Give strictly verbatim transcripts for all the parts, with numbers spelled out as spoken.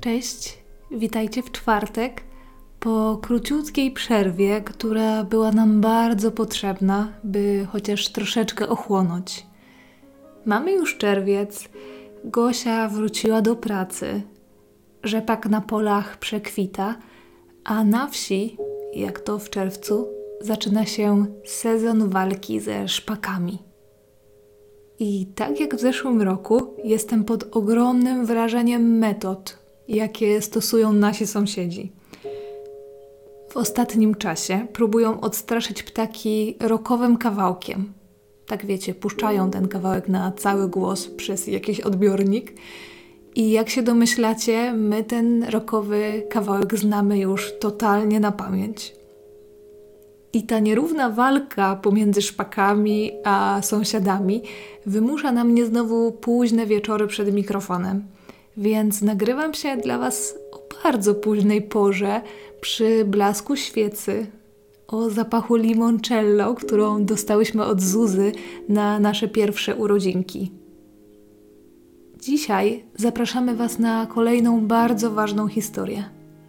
Cześć, witajcie w czwartek po króciutkiej przerwie, która była nam bardzo potrzebna, by chociaż troszeczkę ochłonąć. Mamy już czerwiec, Gosia wróciła do pracy, rzepak na polach przekwita, a na wsi, jak to w czerwcu, zaczyna się sezon walki ze szpakami. I tak jak w zeszłym roku, jestem pod ogromnym wrażeniem metod, jakie stosują nasi sąsiedzi. W ostatnim czasie próbują odstraszyć ptaki rockowym kawałkiem. Tak wiecie, puszczają ten kawałek na cały głos przez jakiś odbiornik. I jak się domyślacie, my ten rockowy kawałek znamy już totalnie na pamięć. I ta nierówna walka pomiędzy szpakami a sąsiadami wymusza na mnie znowu późne wieczory przed mikrofonem. Więc nagrywam się dla Was o bardzo późnej porze, przy blasku świecy, o zapachu limoncello, którą dostałyśmy od Zuzy na nasze pierwsze urodzinki. Dzisiaj zapraszamy Was na kolejną bardzo ważną historię.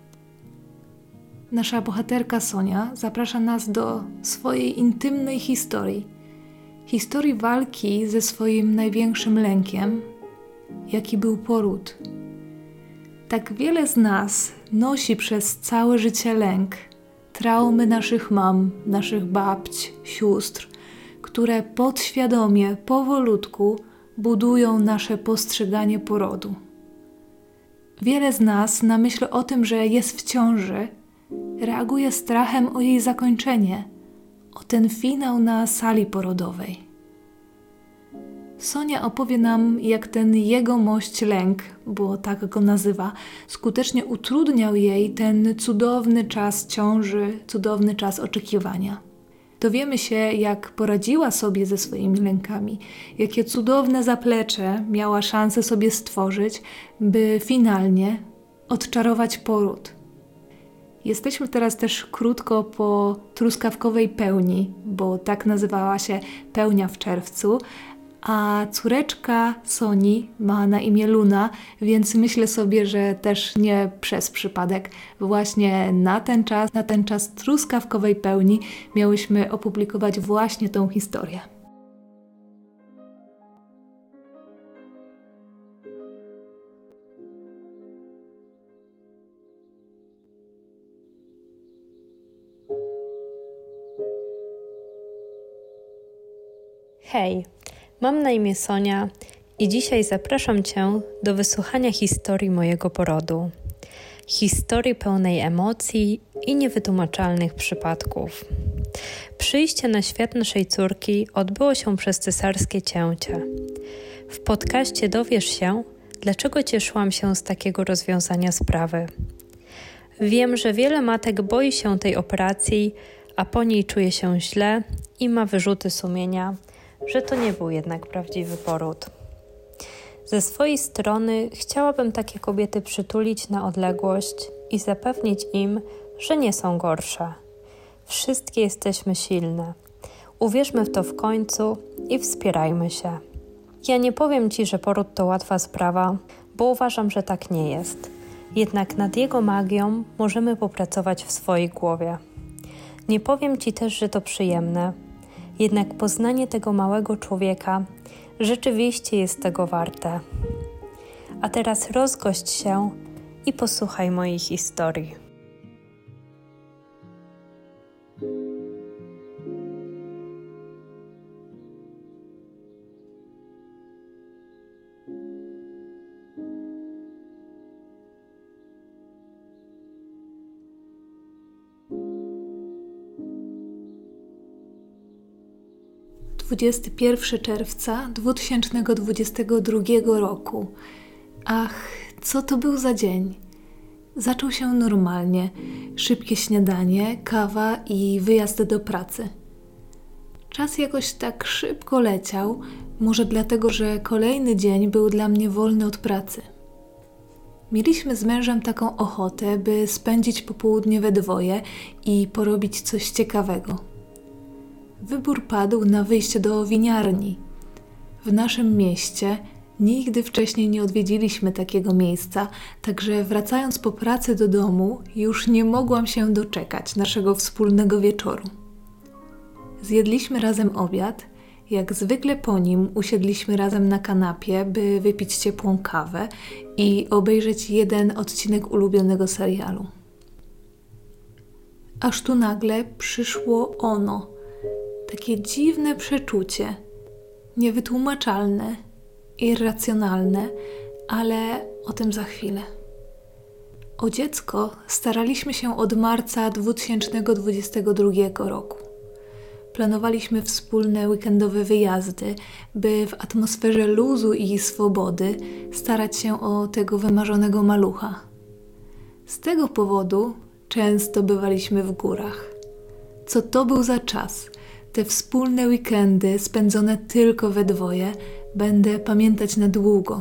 Nasza bohaterka Sonia zaprasza nas do swojej intymnej historii. Historii walki ze swoim największym lękiem, jaki był poród. Tak wiele z nas nosi przez całe życie lęk, traumy naszych mam, naszych babć, sióstr, które podświadomie, powolutku budują nasze postrzeganie porodu. Wiele z nas na myśl o tym, że jest w ciąży, reaguje strachem o jej zakończenie, o ten finał na sali porodowej. Sonia opowie nam, jak ten jegomość lęk, bo tak go nazywa, skutecznie utrudniał jej ten cudowny czas ciąży, cudowny czas oczekiwania. Dowiemy się, jak poradziła sobie ze swoimi lękami, jakie cudowne zaplecze miała szansę sobie stworzyć, by finalnie odczarować poród. Jesteśmy teraz też krótko po truskawkowej pełni, bo tak nazywała się pełnia w czerwcu, a córeczka Soni ma na imię Luna, więc myślę sobie, że też nie przez przypadek właśnie na ten czas, na ten czas truskawkowej pełni miałyśmy opublikować właśnie tą historię. Hej, mam na imię Sonia i dzisiaj zapraszam Cię do wysłuchania historii mojego porodu. Historii pełnej emocji i niewytłumaczalnych przypadków. Przyjście na świat naszej córki odbyło się przez cesarskie cięcie. W podcaście dowiesz się, dlaczego cieszyłam się z takiego rozwiązania sprawy. Wiem, że wiele matek boi się tej operacji, a po niej czuje się źle i ma wyrzuty sumienia, że to nie był jednak prawdziwy poród. Ze swojej strony chciałabym takie kobiety przytulić na odległość i zapewnić im, że nie są gorsze. Wszystkie jesteśmy silne. Uwierzmy w to w końcu i wspierajmy się. Ja nie powiem Ci, że poród to łatwa sprawa, bo uważam, że tak nie jest. Jednak nad jego magią możemy popracować w swojej głowie. Nie powiem Ci też, że to przyjemne. Jednak poznanie tego małego człowieka rzeczywiście jest tego warte. A teraz rozgość się i posłuchaj mojej historii. dwudziestego pierwszego czerwca dwa tysiące dwudziestego drugiego roku. Ach, co to był za dzień? Zaczął się normalnie. Szybkie śniadanie, kawa i wyjazd do pracy. Czas jakoś tak szybko leciał, może dlatego, że kolejny dzień był dla mnie wolny od pracy. Mieliśmy z mężem taką ochotę, by spędzić popołudnie we dwoje i porobić coś ciekawego. Wybór padł na wyjście do winiarni. W naszym mieście Nigdy wcześniej nie odwiedziliśmy takiego miejsca, także wracając po pracy do domu, już nie mogłam się doczekać naszego wspólnego wieczoru. Zjedliśmy razem obiad, jak zwykle po nim usiedliśmy razem na kanapie, by wypić ciepłą kawę i obejrzeć jeden odcinek ulubionego serialu. Aż tu nagle przyszło ono, takie dziwne przeczucie, niewytłumaczalne, irracjonalne, ale o tym za chwilę. O dziecko staraliśmy się od marca dwa tysiące dwudziestego drugiego roku. Planowaliśmy wspólne weekendowe wyjazdy, by w atmosferze luzu i swobody starać się o tego wymarzonego malucha. Z tego powodu często bywaliśmy w górach. Co to był za czas? Te wspólne weekendy spędzone tylko we dwoje będę pamiętać na długo.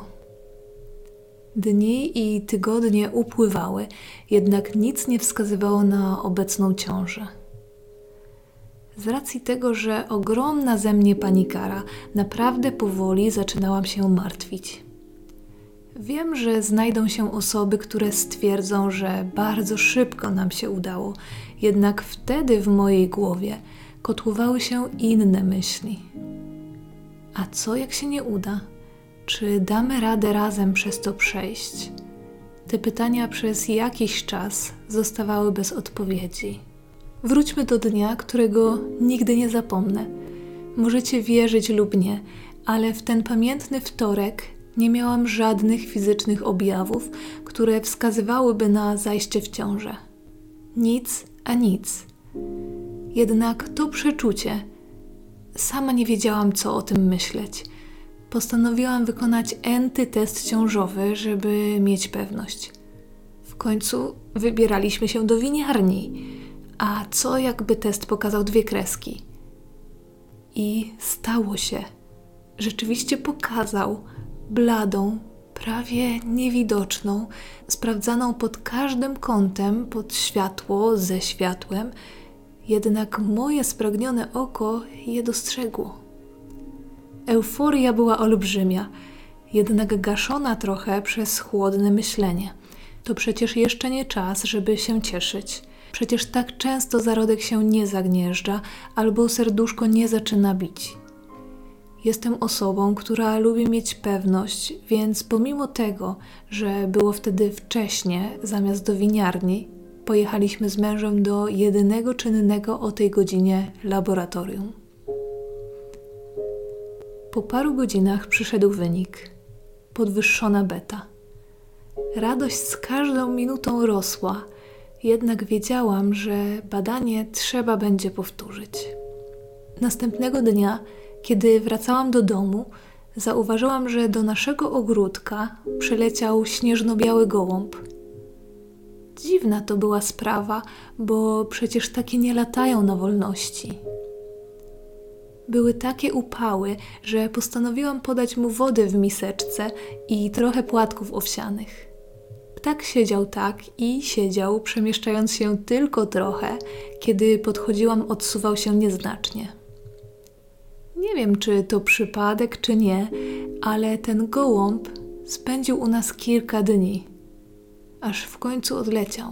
Dni i tygodnie upływały, jednak nic nie wskazywało na obecną ciążę. Z racji tego, że ogromna ze mnie panikara, naprawdę powoli zaczynałam się martwić. Wiem, że znajdą się osoby, które stwierdzą, że bardzo szybko nam się udało, jednak wtedy w mojej głowie kotłowały się inne myśli. A co jak się nie uda? Czy damy radę razem przez to przejść? Te pytania przez jakiś czas zostawały bez odpowiedzi. Wróćmy do dnia, którego nigdy nie zapomnę. Możecie wierzyć lub nie, ale w ten pamiętny wtorek nie miałam żadnych fizycznych objawów, które wskazywałyby na zajście w ciążę. Nic a nic. Jednak to przeczucie, sama nie wiedziałam, co o tym myśleć. Postanowiłam wykonać enty test ciążowy, żeby mieć pewność. W końcu wybieraliśmy się do winiarni. A co jakby test pokazał dwie kreski? I stało się. Rzeczywiście pokazał bladą, prawie niewidoczną, sprawdzaną pod każdym kątem, pod światło, ze światłem, jednak moje spragnione oko je dostrzegło. Euforia była olbrzymia, jednak gaszona trochę przez chłodne myślenie. To przecież jeszcze nie czas, żeby się cieszyć. Przecież tak często zarodek się nie zagnieżdża, albo serduszko nie zaczyna bić. Jestem osobą, która lubi mieć pewność, więc pomimo tego, że było wtedy wcześnie, zamiast do winiarni, pojechaliśmy z mężem do jedynego czynnego o tej godzinie laboratorium. Po paru godzinach przyszedł wynik. Podwyższona beta. Radość z każdą minutą rosła, jednak wiedziałam, że badanie trzeba będzie powtórzyć. Następnego dnia, kiedy wracałam do domu, zauważyłam, że do naszego ogródka przyleciał śnieżno-biały gołąb. Dziwna to była sprawa, bo przecież takie nie latają na wolności. Były takie upały, że postanowiłam podać mu wody w miseczce i trochę płatków owsianych. Ptak siedział tak i siedział, przemieszczając się tylko trochę, kiedy podchodziłam, odsuwał się nieznacznie. Nie wiem, czy to przypadek, czy nie, ale ten gołąb spędził u nas kilka dni, aż w końcu odleciał.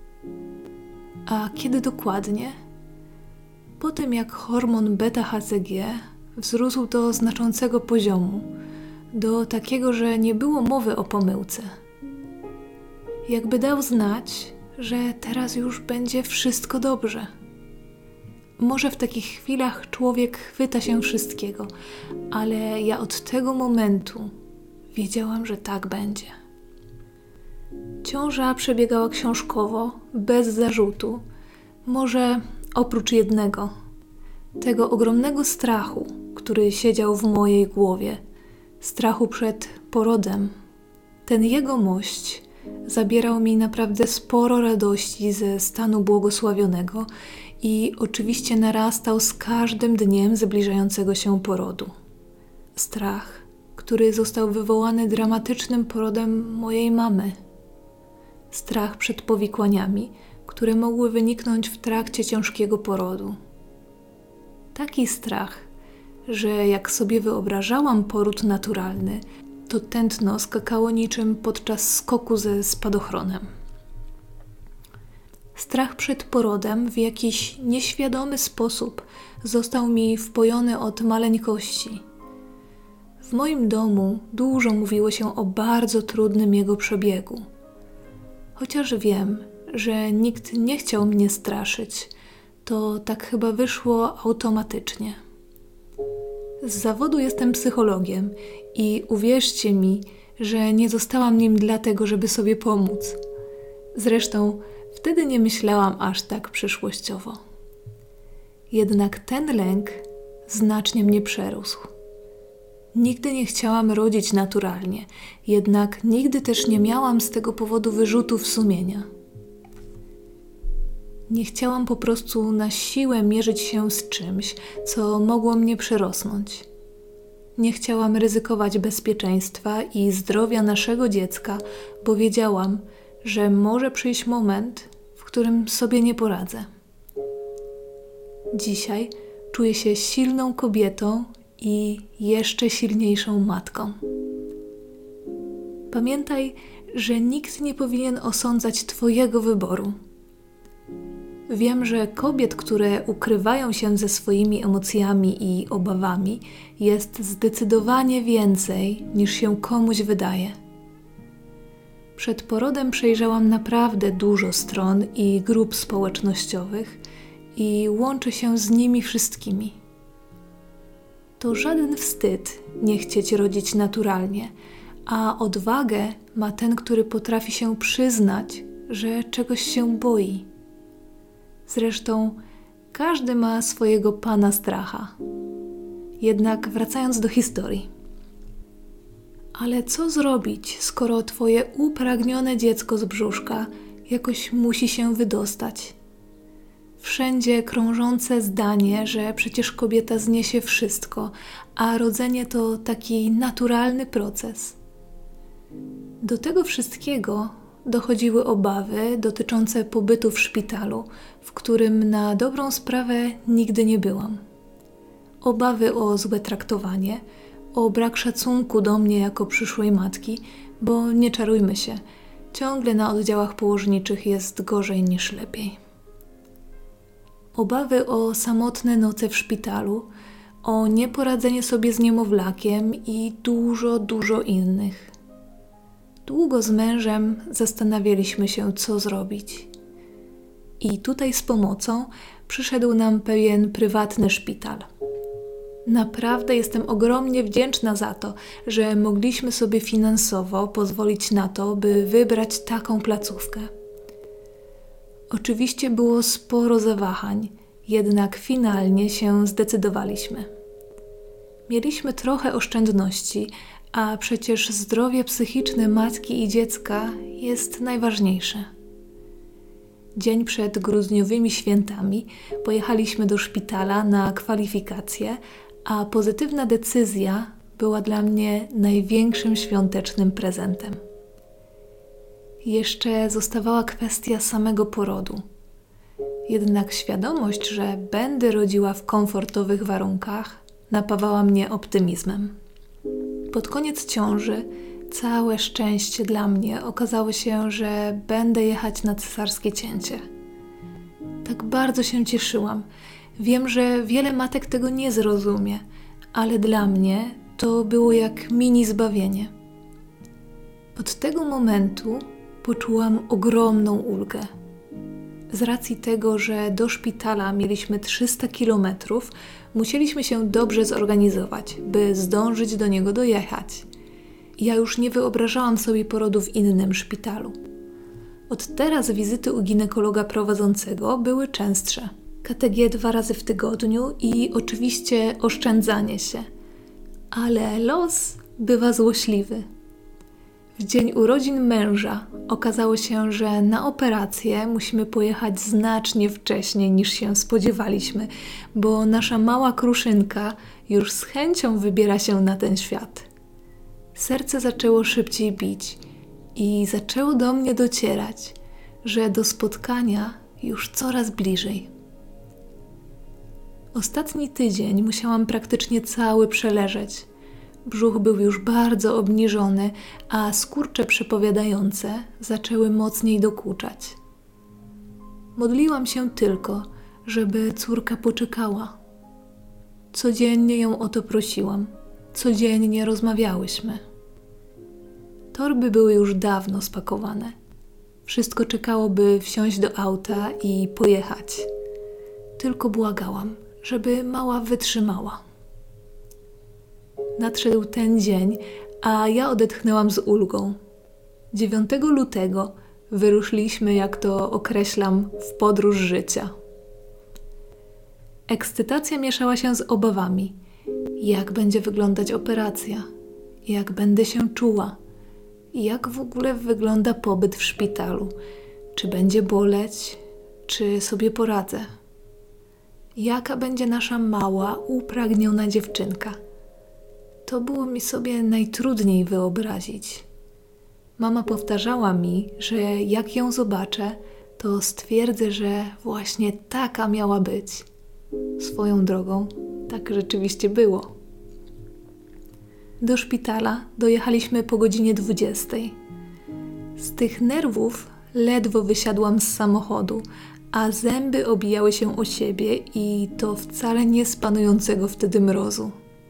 A kiedy dokładnie? Po tym, jak hormon beta-H C G wzrósł do znaczącego poziomu, do takiego, że nie było mowy o pomyłce. Jakby dał znać, że teraz już będzie wszystko dobrze. Może w takich chwilach człowiek chwyta się wszystkiego, ale ja od tego momentu wiedziałam, że tak będzie. Ciąża przebiegała książkowo, bez zarzutu, może oprócz jednego, tego ogromnego strachu, który siedział w mojej głowie, strachu przed porodem. Ten jegomość zabierał mi naprawdę sporo radości ze stanu błogosławionego i oczywiście narastał z każdym dniem zbliżającego się porodu. Strach, który został wywołany dramatycznym porodem mojej mamy. Strach przed powikłaniami, które mogły wyniknąć w trakcie ciężkiego porodu. Taki strach, że jak sobie wyobrażałam poród naturalny, to tętno skakało niczym podczas skoku ze spadochronem. Strach przed porodem w jakiś nieświadomy sposób został mi wpojony od maleńkości. W moim domu dużo mówiło się o bardzo trudnym jego przebiegu. Chociaż wiem, że nikt nie chciał mnie straszyć, to tak chyba wyszło automatycznie. Z zawodu jestem psychologiem i uwierzcie mi, że nie zostałam nim dlatego, żeby sobie pomóc. Zresztą wtedy nie myślałam aż tak przyszłościowo. Jednak ten lęk znacznie mnie przerósł. Nigdy nie chciałam rodzić naturalnie, jednak nigdy też nie miałam z tego powodu wyrzutów sumienia. Nie chciałam po prostu na siłę mierzyć się z czymś, co mogło mnie przerosnąć. Nie chciałam ryzykować bezpieczeństwa i zdrowia naszego dziecka, bo wiedziałam, że może przyjść moment, w którym sobie nie poradzę. Dzisiaj czuję się silną kobietą i jeszcze silniejszą matką. Pamiętaj, że nikt nie powinien osądzać Twojego wyboru. Wiem, że kobiet, które ukrywają się ze swoimi emocjami i obawami, jest zdecydowanie więcej, niż się komuś wydaje. Przed porodem przejrzałam naprawdę dużo stron i grup społecznościowych i łączę się z nimi wszystkimi. To żaden wstyd nie chcieć rodzić naturalnie, a odwagę ma ten, który potrafi się przyznać, że czegoś się boi. Zresztą każdy ma swojego pana stracha. Jednak wracając do historii. Ale co zrobić, skoro twoje upragnione dziecko z brzuszka jakoś musi się wydostać? Wszędzie krążące zdanie, że przecież kobieta zniesie wszystko, a rodzenie to taki naturalny proces. Do tego wszystkiego dochodziły obawy dotyczące pobytu w szpitalu, w którym na dobrą sprawę nigdy nie byłam. Obawy o złe traktowanie, o brak szacunku do mnie jako przyszłej matki, bo nie czarujmy się, ciągle na oddziałach położniczych jest gorzej niż lepiej. Obawy o samotne noce w szpitalu, o nieporadzenie sobie z niemowlakiem i dużo, dużo innych. Długo z mężem zastanawialiśmy się, co zrobić. I tutaj z pomocą przyszedł nam pewien prywatny szpital. Naprawdę jestem ogromnie wdzięczna za to, że mogliśmy sobie finansowo pozwolić na to, by wybrać taką placówkę. Oczywiście było sporo zawahań, jednak finalnie się zdecydowaliśmy. Mieliśmy trochę oszczędności, a przecież zdrowie psychiczne matki i dziecka jest najważniejsze. Dzień przed grudniowymi świętami pojechaliśmy do szpitala na kwalifikacje, a pozytywna decyzja była dla mnie największym świątecznym prezentem. Jeszcze zostawała kwestia samego porodu. Jednak świadomość, że będę rodziła w komfortowych warunkach, napawała mnie optymizmem. Pod koniec ciąży całe szczęście dla mnie okazało się, że będę jechać na cesarskie cięcie. Tak bardzo się cieszyłam. Wiem, że wiele matek tego nie zrozumie, ale dla mnie to było jak mini zbawienie. Od tego momentu poczułam ogromną ulgę. Z racji tego, że do szpitala mieliśmy trzysta kilometrów, musieliśmy się dobrze zorganizować, by zdążyć do niego dojechać. Ja już nie wyobrażałam sobie porodu w innym szpitalu. Od teraz wizyty u ginekologa prowadzącego były częstsze. K T G dwa razy w tygodniu i oczywiście oszczędzanie się. Ale los bywa złośliwy. W dzień urodzin męża okazało się, że na operację musimy pojechać znacznie wcześniej niż się spodziewaliśmy, bo nasza mała kruszynka już z chęcią wybiera się na ten świat. Serce zaczęło szybciej bić i zaczęło do mnie docierać, że do spotkania już coraz bliżej. Ostatni tydzień musiałam praktycznie cały przeleżeć. Brzuch był już bardzo obniżony, a skurcze przepowiadające zaczęły mocniej dokuczać. Modliłam się tylko, żeby córka poczekała. Codziennie ją o to prosiłam. Codziennie rozmawiałyśmy. Torby były już dawno spakowane. Wszystko czekało, by wsiąść do auta i pojechać. Tylko błagałam, żeby mała wytrzymała. Nadszedł ten dzień, a ja odetchnęłam z ulgą. dziewiątego lutego wyruszyliśmy, jak to określam, w podróż życia. Ekscytacja mieszała się z obawami. Jak będzie wyglądać operacja? Jak będę się czuła? Jak w ogóle wygląda pobyt w szpitalu? Czy będzie boleć? Czy sobie poradzę? Jaka będzie nasza mała, upragniona dziewczynka? To było mi sobie najtrudniej wyobrazić. Mama powtarzała mi, że jak ją zobaczę, to stwierdzę, że właśnie taka miała być. Swoją drogą, tak rzeczywiście było. Do szpitala dojechaliśmy po godzinie dwudziestej. Z tych nerwów ledwo wysiadłam z samochodu, a zęby obijały się o siebie i to wcale nie z panującego wtedy mrozu.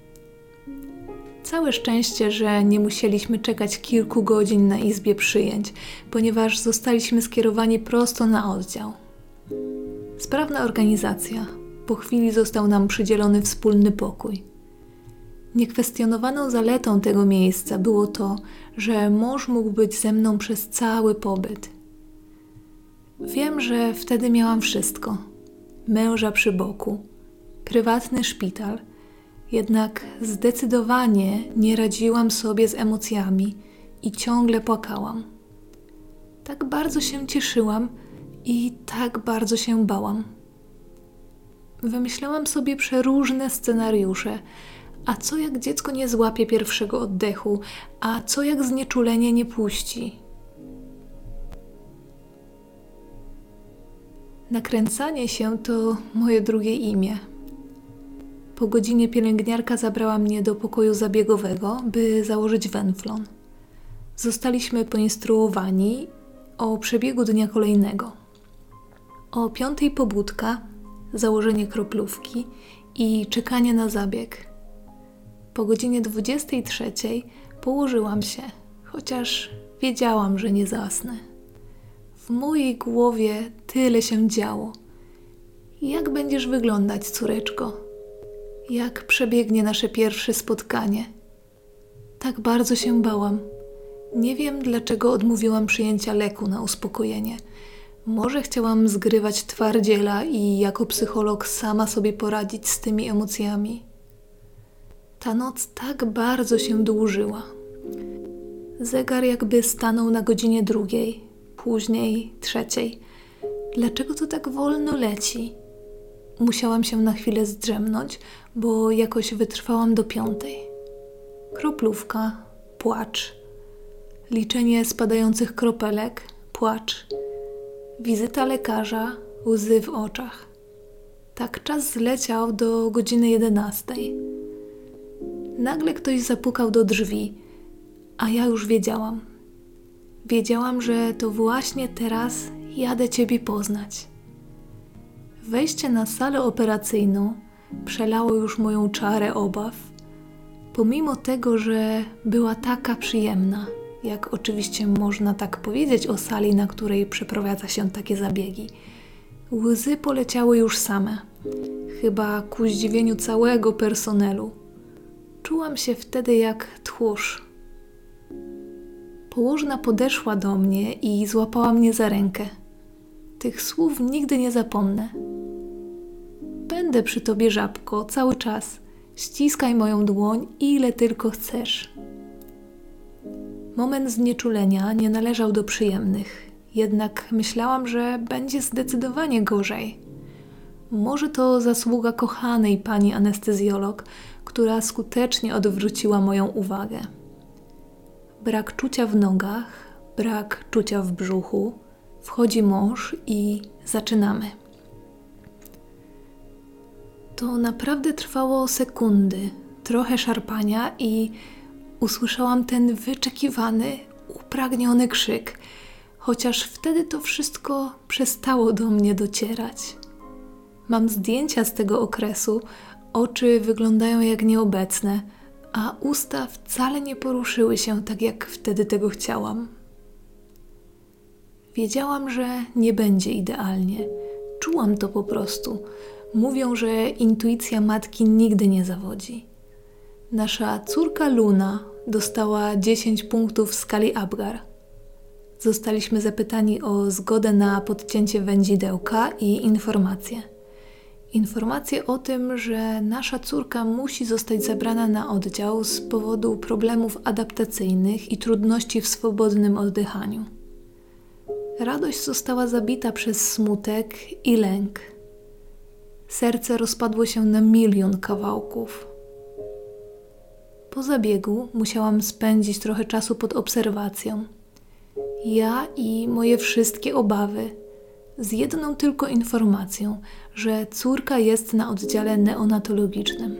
Całe szczęście, że nie musieliśmy czekać kilku godzin na izbie przyjęć, ponieważ zostaliśmy skierowani prosto na oddział. Sprawna organizacja. Po chwili został nam przydzielony wspólny pokój. Niekwestionowaną zaletą tego miejsca było to, że mąż mógł być ze mną przez cały pobyt. Wiem, że wtedy miałam wszystko. Męża przy boku, prywatny szpital, jednak zdecydowanie nie radziłam sobie z emocjami i ciągle płakałam. Tak bardzo się cieszyłam i tak bardzo się bałam. Wymyślałam sobie przeróżne scenariusze. A co jak dziecko nie złapie pierwszego oddechu? A co jak znieczulenie nie puści? Nakręcanie się to moje drugie imię. Po godzinie pielęgniarka zabrała mnie do pokoju zabiegowego, by założyć wenflon. Zostaliśmy poinstruowani o przebiegu dnia kolejnego. O piątej pobudka, założenie kroplówki i czekanie na zabieg. Po godzinie dwudziestej trzeciej położyłam się, chociaż wiedziałam, że nie zasnę. W mojej głowie tyle się działo. Jak będziesz wyglądać, córeczko? Jak przebiegnie nasze pierwsze spotkanie? Tak bardzo się bałam. Nie wiem, dlaczego odmówiłam przyjęcia leku na uspokojenie. Może chciałam zgrywać twardziela i jako psycholog sama sobie poradzić z tymi emocjami. Ta noc tak bardzo się dłużyła. Zegar jakby stanął na godzinie drugiej, później trzeciej. Dlaczego to tak wolno leci? Musiałam się na chwilę zdrzemnąć, bo jakoś wytrwałam do piątej. Kroplówka, płacz. Liczenie spadających kropelek, płacz. Wizyta lekarza, łzy w oczach. Tak czas zleciał do godziny jedenastej. Nagle ktoś zapukał do drzwi, a ja już wiedziałam. Wiedziałam, że to właśnie teraz jadę Ciebie poznać. Wejście na salę operacyjną przelało już moją czarę obaw, pomimo tego, że była taka przyjemna, jak oczywiście można tak powiedzieć o sali, na której przeprowadza się takie zabiegi. Łzy poleciały już same, chyba ku zdziwieniu całego personelu. Czułam się wtedy jak tchórz. Położna podeszła do mnie i złapała mnie za rękę. Tych słów nigdy nie zapomnę. Będę przy tobie, żabko, cały czas. Ściskaj moją dłoń, ile tylko chcesz. Moment znieczulenia nie należał do przyjemnych, jednak myślałam, że będzie zdecydowanie gorzej. Może to zasługa kochanej pani anestezjolog, która skutecznie odwróciła moją uwagę. Brak czucia w nogach, brak czucia w brzuchu. Wchodzi mąż i zaczynamy. To naprawdę trwało sekundy, trochę szarpania i usłyszałam ten wyczekiwany, upragniony krzyk, chociaż wtedy to wszystko przestało do mnie docierać. Mam zdjęcia z tego okresu, oczy wyglądają jak nieobecne, a usta wcale nie poruszyły się tak, jak wtedy tego chciałam. Wiedziałam, że nie będzie idealnie. Czułam to po prostu. Mówią, że intuicja matki nigdy nie zawodzi. Nasza córka Luna dostała dziesięć punktów w skali Apgar. Zostaliśmy zapytani o zgodę na podcięcie wędzidełka i informacje. Informacje o tym, że nasza córka musi zostać zabrana na oddział z powodu problemów adaptacyjnych i trudności w swobodnym oddychaniu. Radość została zabita przez smutek i lęk. Serce rozpadło się na milion kawałków. Po zabiegu musiałam spędzić trochę czasu pod obserwacją. Ja i moje wszystkie obawy, z jedną tylko informacją, że córka jest na oddziale neonatologicznym.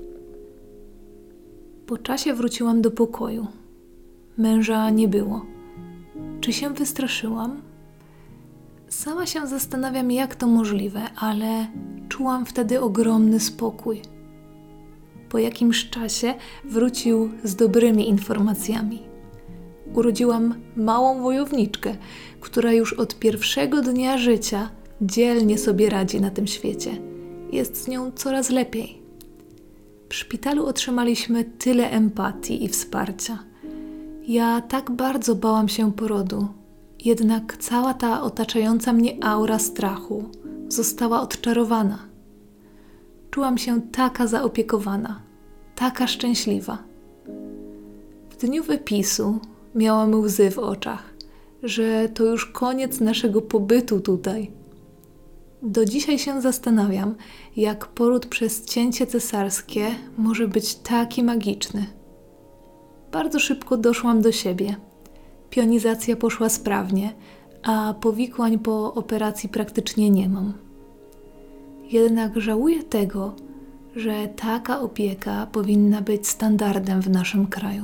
Po czasie wróciłam do pokoju. Męża nie było. Czy się wystraszyłam? Sama się zastanawiam, jak to możliwe, ale czułam wtedy ogromny spokój. Po jakimś czasie wrócił z dobrymi informacjami. Urodziłam małą wojowniczkę, która już od pierwszego dnia życia dzielnie sobie radzi na tym świecie. Jest z nią coraz lepiej. W szpitalu otrzymaliśmy tyle empatii i wsparcia. Ja tak bardzo bałam się porodu, jednak cała ta otaczająca mnie aura strachu została odczarowana. Czułam się taka zaopiekowana, taka szczęśliwa. W dniu wypisu miałam łzy w oczach, że to już koniec naszego pobytu tutaj. Do dzisiaj się zastanawiam, jak poród przez cięcie cesarskie może być taki magiczny. Bardzo szybko doszłam do siebie. Pionizacja poszła sprawnie, a powikłań po operacji praktycznie nie mam. Jednak żałuję tego, że taka opieka powinna być standardem w naszym kraju.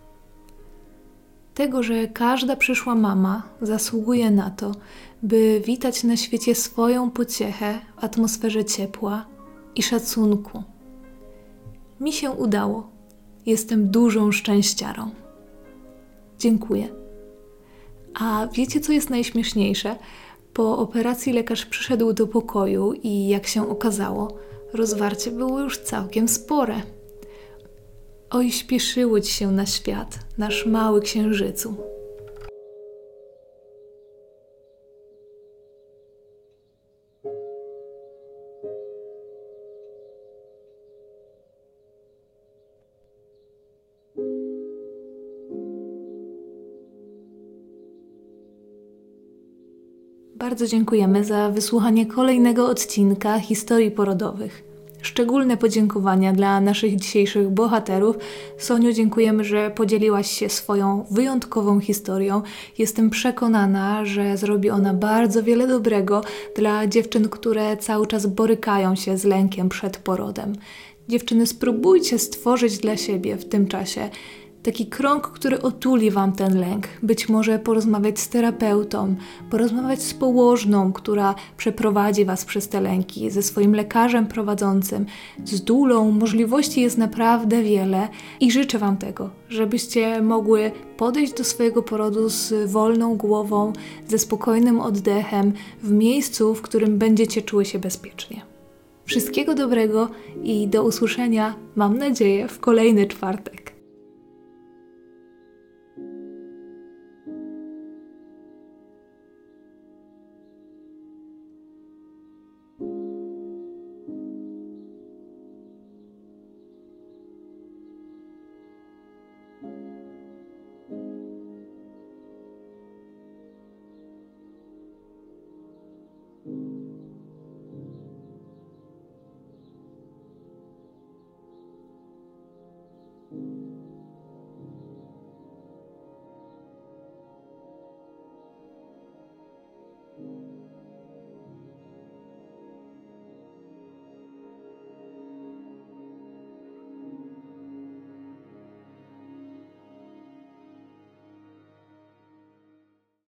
Tego, że każda przyszła mama zasługuje na to, by witać na świecie swoją pociechę w atmosferze ciepła i szacunku. Mi się udało. Jestem dużą szczęściarą. Dziękuję. A wiecie, co jest najśmieszniejsze? Po operacji lekarz przyszedł do pokoju i jak się okazało, rozwarcie było już całkiem spore. Oj, śpieszyło ci się na świat, nasz mały księżycu. Bardzo dziękujemy za wysłuchanie kolejnego odcinka historii porodowych. Szczególne podziękowania dla naszych dzisiejszych bohaterów. Soniu, dziękujemy, że podzieliłaś się swoją wyjątkową historią. Jestem przekonana, że zrobi ona bardzo wiele dobrego dla dziewczyn, które cały czas borykają się z lękiem przed porodem. Dziewczyny, spróbujcie stworzyć dla siebie w tym czasie taki krąg, który otuli wam ten lęk. Być może porozmawiać z terapeutą, porozmawiać z położną, która przeprowadzi was przez te lęki, ze swoim lekarzem prowadzącym, z dulą. Możliwości jest naprawdę wiele i życzę wam tego, żebyście mogły podejść do swojego porodu z wolną głową, ze spokojnym oddechem, w miejscu, w którym będziecie czuły się bezpiecznie. Wszystkiego dobrego i do usłyszenia, mam nadzieję, w kolejny czwartek.